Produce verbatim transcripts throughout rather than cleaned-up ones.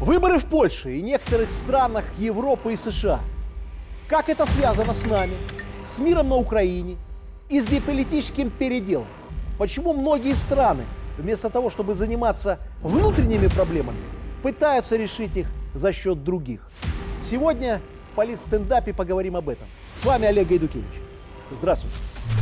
Выборы в Польше и некоторых странах Европы и США. Как это связано с нами, с миром на Украине и с геополитическим переделом? Почему многие страны, вместо того, чтобы заниматься внутренними проблемами, пытаются решить их за счет других? Сегодня в политстендапе поговорим об этом. С вами Олег Гайдукевич. Здравствуйте.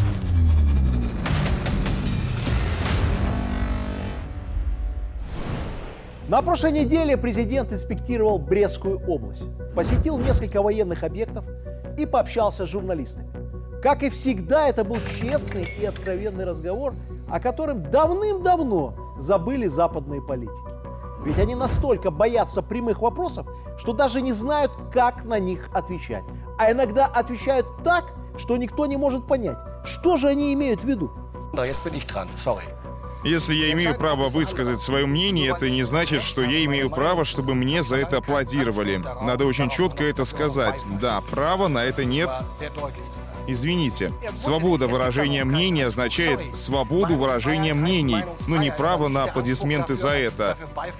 На прошлой неделе президент инспектировал Брестскую область, посетил несколько военных объектов и пообщался с журналистами. Как и всегда, это был честный и откровенный разговор, о котором давным-давно забыли западные политики. Ведь они настолько боятся прямых вопросов, что даже не знают, как на них отвечать. А иногда отвечают так, что никто не может понять, что же они имеют в виду. Да, jetzt bin ich dran. Sorry. Если я имею право высказать свое мнение, это не значит, что я имею право, чтобы мне за это аплодировали. Надо очень четко это сказать. Да, права на это нет. Извините. Свобода выражения мнения означает свободу выражения мнений, но не право на аплодисменты за это.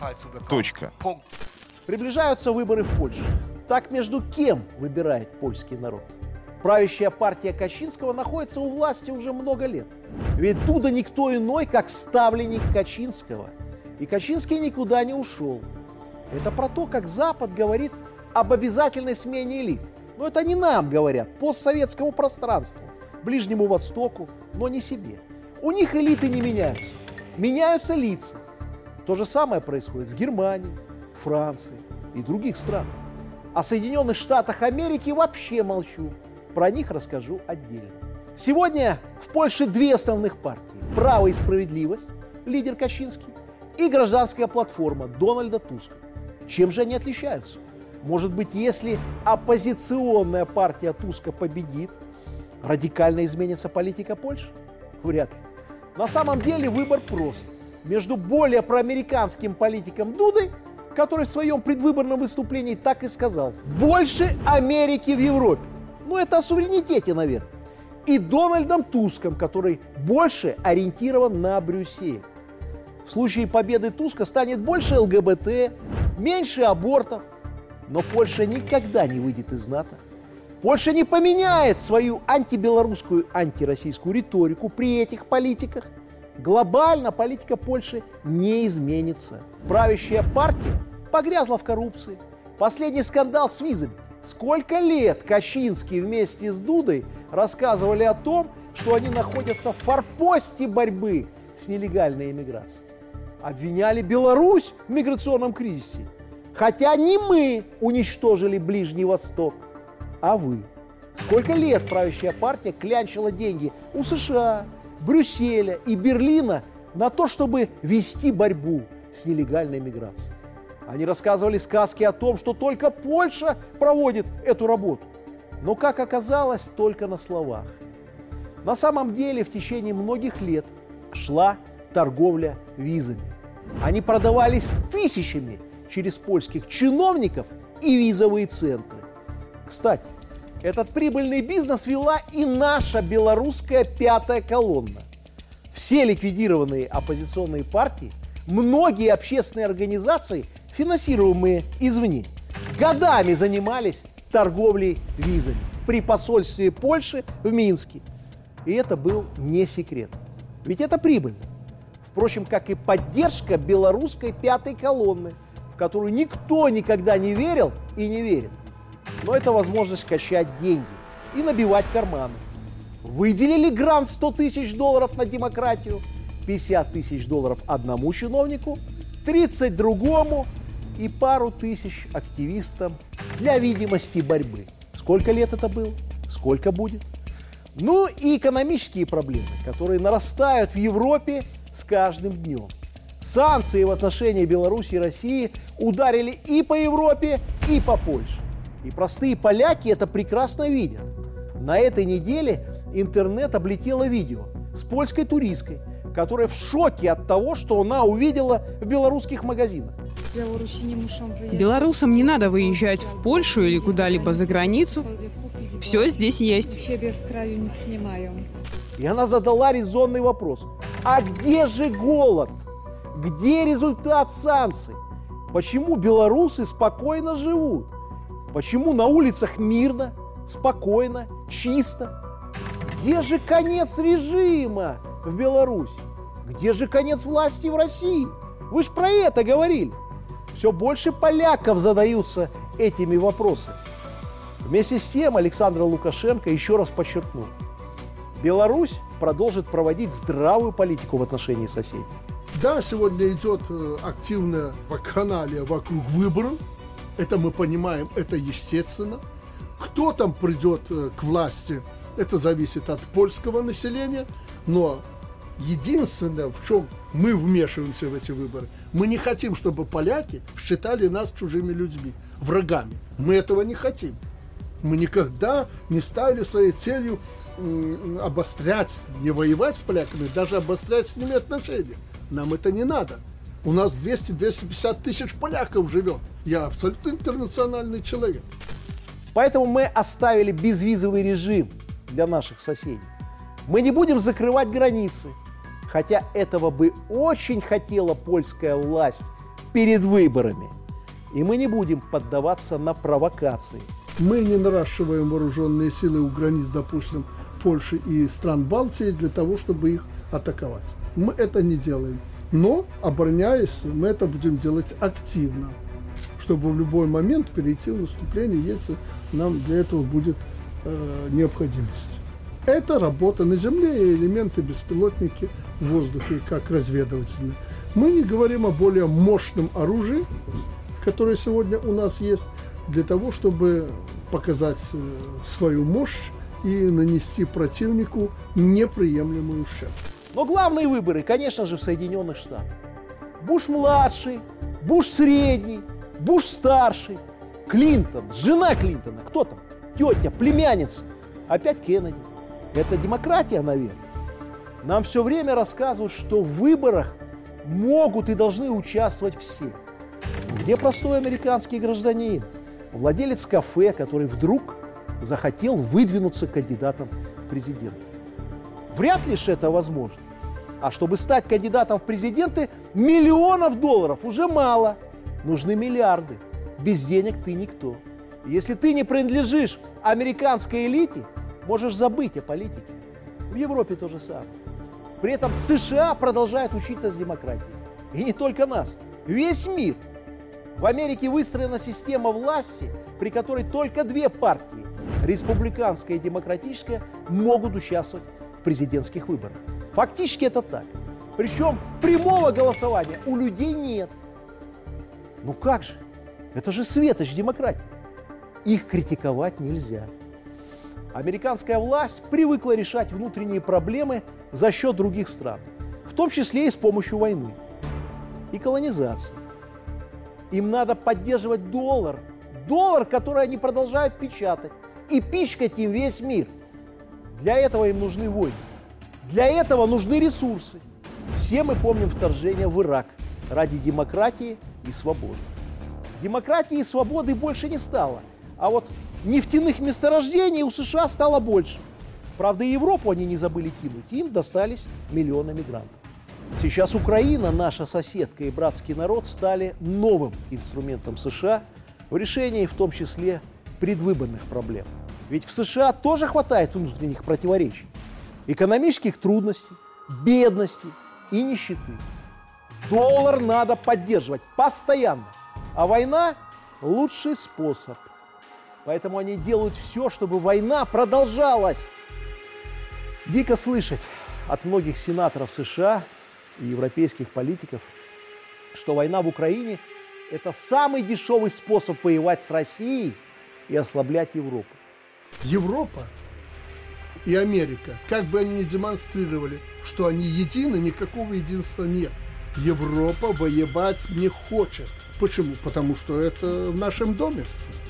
Точка. Приближаются выборы в Польше. Так между кем выбирает польский народ? Правящая партия Качинского находится у власти уже много лет. Ведь Дуда никто иной, как ставленник Качинского. И Качинский никуда не ушел. Это про то, как Запад говорит об обязательной смене элит. Но это не нам говорят, постсоветскому пространству, Ближнему Востоку, но не себе. У них элиты не меняются. Меняются лица. То же самое происходит в Германии, Франции и других странах. О Соединенных Штатах Америки вообще молчу. Про них расскажу отдельно. Сегодня в Польше две основных партии. «Право и справедливость», лидер Качинский, и «Гражданская платформа» Дональда Туска. Чем же они отличаются? Может быть, если оппозиционная партия Туска победит, радикально изменится политика Польши? Вряд ли. На самом деле выбор прост. Между более проамериканским политиком Дудой, который в своем предвыборном выступлении так и сказал: «Больше Америки в Европе». Ну, это о суверенитете, наверное. И Дональдом Туском, который больше ориентирован на Брюссель. В случае победы Туска станет больше ЛГБТ, меньше абортов. Но Польша никогда не выйдет из НАТО. Польша не поменяет свою антибелорусскую, антироссийскую риторику при этих политиках. Глобально политика Польши не изменится. Правящая партия погрязла в коррупции. Последний скандал с визами. Сколько лет Качинский вместе с Дудой рассказывали о том, что они находятся в форпосте борьбы с нелегальной иммиграцией. Обвиняли Беларусь в миграционном кризисе. Хотя не мы уничтожили Ближний Восток, а вы. Сколько лет правящая партия клянчила деньги у США, Брюсселя и Берлина на то, чтобы вести борьбу с нелегальной миграцией. Они рассказывали сказки о том, что только Польша проводит эту работу. Но, как оказалось, только на словах. На самом деле в течение многих лет шла торговля визами. Они продавались тысячами через польских чиновников и визовые центры. Кстати, этот прибыльный бизнес вела и наша белорусская пятая колонна. Все ликвидированные оппозиционные партии, многие общественные организации, финансируемые извне, годами занимались торговлей визами при посольстве Польши в Минске. И это был не секрет. Ведь это прибыльно. Впрочем, как и поддержка белорусской пятой колонны, в которую никто никогда не верил и не верит. Но это возможность качать деньги и набивать карманы. Выделили грант сто тысяч долларов на демократию, пятьдесят тысяч долларов одному чиновнику, тридцать другому и пару тысяч активистам для видимости борьбы. Сколько лет это было? Сколько будет? Ну и экономические проблемы, которые нарастают в Европе с каждым днем. Санкции в отношении Беларуси и России ударили и по Европе, и по Польше. И простые поляки это прекрасно видят. На этой неделе интернет облетело видео с польской туристкой, которая в шоке от того, что она увидела в белорусских магазинах. Белорусам не надо выезжать в Польшу или куда-либо за границу. Все здесь есть. И она задала резонный вопрос. А где же голод? Где результат санкций? Почему белорусы спокойно живут? Почему на улицах мирно, спокойно, чисто? Где же конец режима в Беларуси? Где же конец власти в России? Вы же про это говорили. Все больше поляков задаются этими вопросами. Вместе с тем Александр Лукашенко еще раз подчеркнул: Беларусь продолжит проводить здравую политику в отношении соседей. Да, сегодня идет активная вакханалия вокруг выборов. Это мы понимаем, это естественно. Кто там придет к власти, это зависит от польского населения. Но единственное, в чем мы вмешиваемся в эти выборы, мы не хотим, чтобы поляки считали нас чужими людьми, врагами. Мы этого не хотим. Мы никогда не ставили своей целью м, обострять, не воевать с поляками, даже обострять с ними отношения. Нам это не надо. У нас двести — двести пятьдесят тысяч поляков живет. Я абсолютно интернациональный человек. Поэтому мы оставили безвизовый режим для наших соседей. Мы не будем закрывать границы, хотя этого бы очень хотела польская власть перед выборами. И мы не будем поддаваться на провокации. Мы не наращиваем вооруженные силы у границ, допустим, Польши и стран Балтии для того, чтобы их атаковать. Мы это не делаем. Но, обороняясь, мы это будем делать активно, чтобы в любой момент перейти в наступление, если нам для этого будет э, необходимость. Это работа на земле и элементы беспилотники в воздухе, как разведывательные. Мы не говорим о более мощном оружии, которое сегодня у нас есть, для того, чтобы показать э, свою мощь и нанести противнику неприемлемый ущерб. Но главные выборы, конечно же, в Соединенных Штатах. Буш-младший, Буш-средний, Буш-старший, Клинтон, жена Клинтона, кто там? Тетя, племянница, опять Кеннеди. Это демократия, наверное. Нам все время рассказывают, что в выборах могут и должны участвовать все. Где простой американский гражданин, владелец кафе, который вдруг захотел выдвинуться кандидатом в президенты? Вряд ли же это возможно. А чтобы стать кандидатом в президенты, миллионов долларов уже мало. Нужны миллиарды. Без денег ты никто. Если ты не принадлежишь американской элите, можешь забыть о политике. В Европе то же самое. При этом США продолжают учить нас демократии. И не только нас. Весь мир. В Америке выстроена система власти, при которой только две партии, республиканская и демократическая, могут участвовать в президентских выборах. Фактически это так. Причем прямого голосования у людей нет. Ну как же? Это же светоч демократии. Их критиковать нельзя. Американская власть привыкла решать внутренние проблемы за счет других стран, в том числе и с помощью войны и колонизации. Им надо поддерживать доллар, доллар, который они продолжают печатать, и пичкать им весь мир. Для этого им нужны войны, для этого нужны ресурсы. Все мы помним вторжение в Ирак ради демократии и свободы. Демократии и свободы больше не стало, а вот нефтяных месторождений у США стало больше. Правда, и Европу они не забыли кинуть, им достались миллионы мигрантов. Сейчас Украина, наша соседка и братский народ, стали новым инструментом США в решении, в том числе, предвыборных проблем. Ведь в США тоже хватает внутренних противоречий, экономических трудностей, бедности и нищеты. Доллар надо поддерживать постоянно, а война – лучший способ. Поэтому они делают все, чтобы война продолжалась. Дико слышать от многих сенаторов США и европейских политиков, что война в Украине – это самый дешевый способ воевать с Россией и ослаблять Европу. Европа и Америка, как бы они ни демонстрировали, что они едины, никакого единства нет. Европа воевать не хочет. Почему? Потому что это в нашем доме.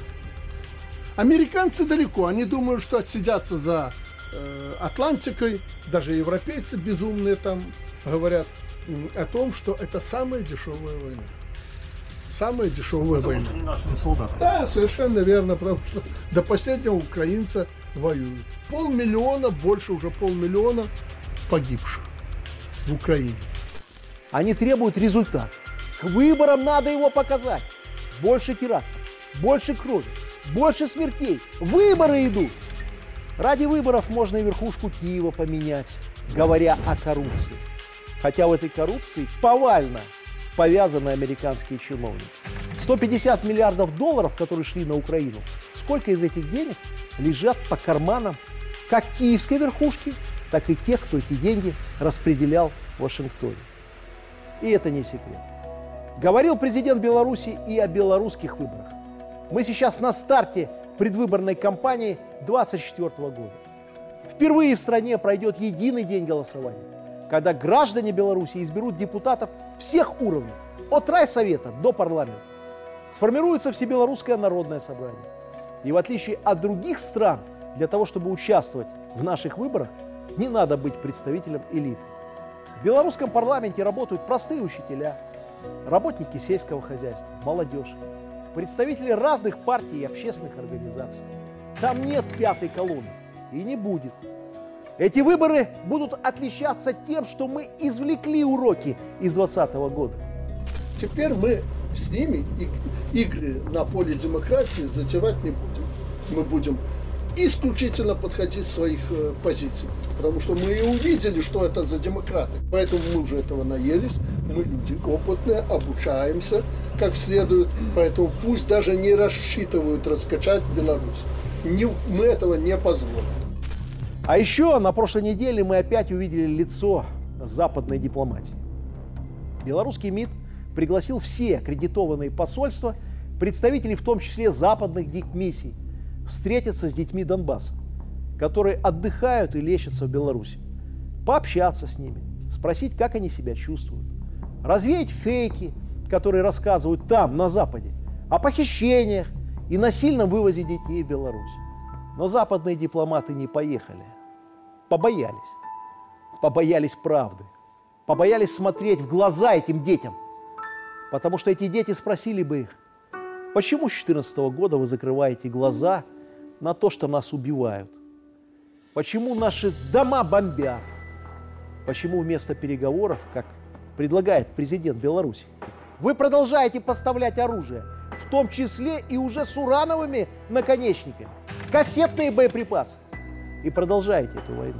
Американцы далеко, они думают, что отсидятся за э, Атлантикой, даже европейцы безумные там говорят о том, что это самая дешевая война. Самая дешевая потому война. Что не нашими солдатами. Да, совершенно верно, потому что до последнего украинца воюют. Полмиллиона, больше уже полмиллиона погибших в Украине. Они требуют результат. К выборам надо его показать. Больше терактов, больше крови, больше смертей. Выборы идут. Ради выборов можно и верхушку Киева поменять, говоря о коррупции. Хотя в этой коррупции повально повязаны американские чиновники. сто пятьдесят миллиардов долларов, которые шли на Украину, сколько из этих денег лежат по карманам как киевской верхушки, так и тех, кто эти деньги распределял в Вашингтоне. И это не секрет. Говорил президент Беларуси и о белорусских выборах. Мы сейчас на старте предвыборной кампании двадцать четвёртого года. Впервые в стране пройдет единый день голосования, когда граждане Беларуси изберут депутатов всех уровней, от райсовета до парламента. Сформируется Всебелорусское народное собрание. И в отличие от других стран, для того, чтобы участвовать в наших выборах, не надо быть представителем элиты. В белорусском парламенте работают простые учителя, работники сельского хозяйства, молодежь, представители разных партий и общественных организаций. Там нет пятой колонны и не будет. Эти выборы будут отличаться тем, что мы извлекли уроки из двадцатого года. Теперь мы с ними игры на поле демократии затевать не будем. Мы будем исключительно подходить к своих э, позиций. Потому что мы и увидели, что это за демократы. Поэтому мы уже этого наелись. Мы люди опытные, обучаемся как следует. Поэтому пусть даже не рассчитывают раскачать Беларусь. Не, мы этого не позволим. А еще на прошлой неделе мы опять увидели лицо западной дипломатии. Белорусский МИД пригласил все аккредитованные посольства, представителей в том числе западных дипмиссий, встретиться с детьми Донбасса, которые отдыхают и лечатся в Беларуси, пообщаться с ними, спросить, как они себя чувствуют, развеять фейки, которые рассказывают там, на Западе, о похищениях и насильном вывозе детей в Беларусь. Но западные дипломаты не поехали, побоялись, побоялись правды, побоялись смотреть в глаза этим детям, потому что эти дети спросили бы их: почему с две тысячи четырнадцатого года вы закрываете глаза на то, что нас убивают? Почему наши дома бомбят? Почему вместо переговоров, как предлагает президент Беларуси, вы продолжаете поставлять оружие, в том числе и уже с урановыми наконечниками, кассетные боеприпасы, и продолжаете эту войну?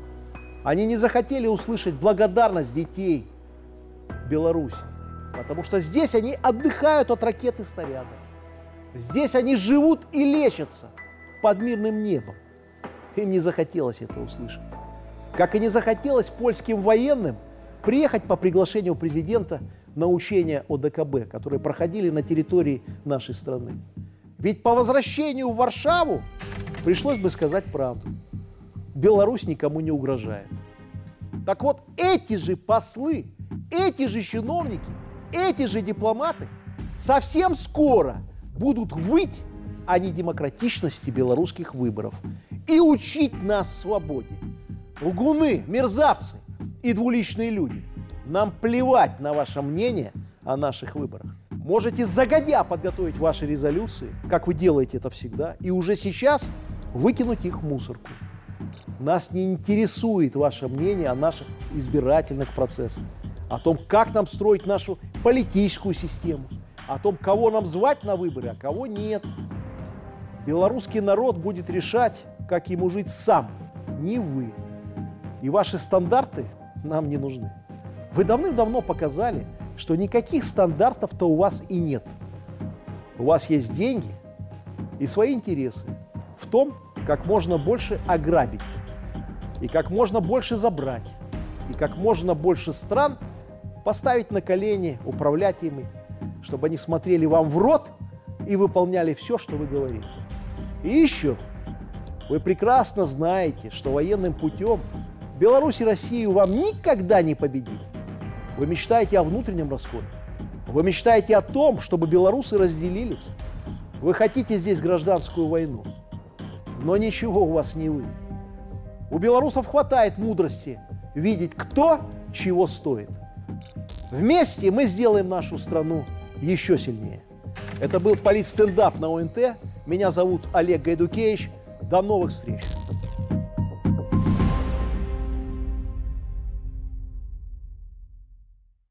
Они не захотели услышать благодарность детей Беларуси, потому что здесь они отдыхают от ракет и снарядов. Здесь они живут и лечатся под мирным небом. Им не захотелось это услышать. Как и не захотелось польским военным приехать по приглашению президента на учения о дэ ка бэ, которые проходили на территории нашей страны. Ведь по возвращению в Варшаву пришлось бы сказать правду. Беларусь никому не угрожает. Так вот, эти же послы, эти же чиновники, эти же дипломаты совсем скоро будут выть о недемократичности белорусских выборов и учить нас свободе. Лгуны, мерзавцы и двуличные люди, нам плевать на ваше мнение о наших выборах. Можете загодя подготовить ваши резолюции, как вы делаете это всегда, и уже сейчас выкинуть их в мусорку. Нас не интересует ваше мнение о наших избирательных процессах, о том, как нам строить нашу политическую систему, о том, кого нам звать на выборы, а кого нет. Белорусский народ будет решать, как ему жить сам, не вы. И ваши стандарты нам не нужны. Вы давным-давно показали, что никаких стандартов-то у вас и нет. У вас есть деньги и свои интересы в том, как можно больше ограбить, и как можно больше забрать, и как можно больше стран поставить на колени, управлять ими, чтобы они смотрели вам в рот и выполняли все, что вы говорите. И еще, вы прекрасно знаете, что военным путем Беларусь и Россию вам никогда не победить. Вы мечтаете о внутреннем расколе. Вы мечтаете о том, чтобы белорусы разделились. Вы хотите здесь гражданскую войну. Но ничего у вас не выйдет. У белорусов хватает мудрости видеть, кто чего стоит. Вместе мы сделаем нашу страну еще сильнее. Это был политстендап на о эн тэ. Меня зовут Олег Гайдукевич. До новых встреч.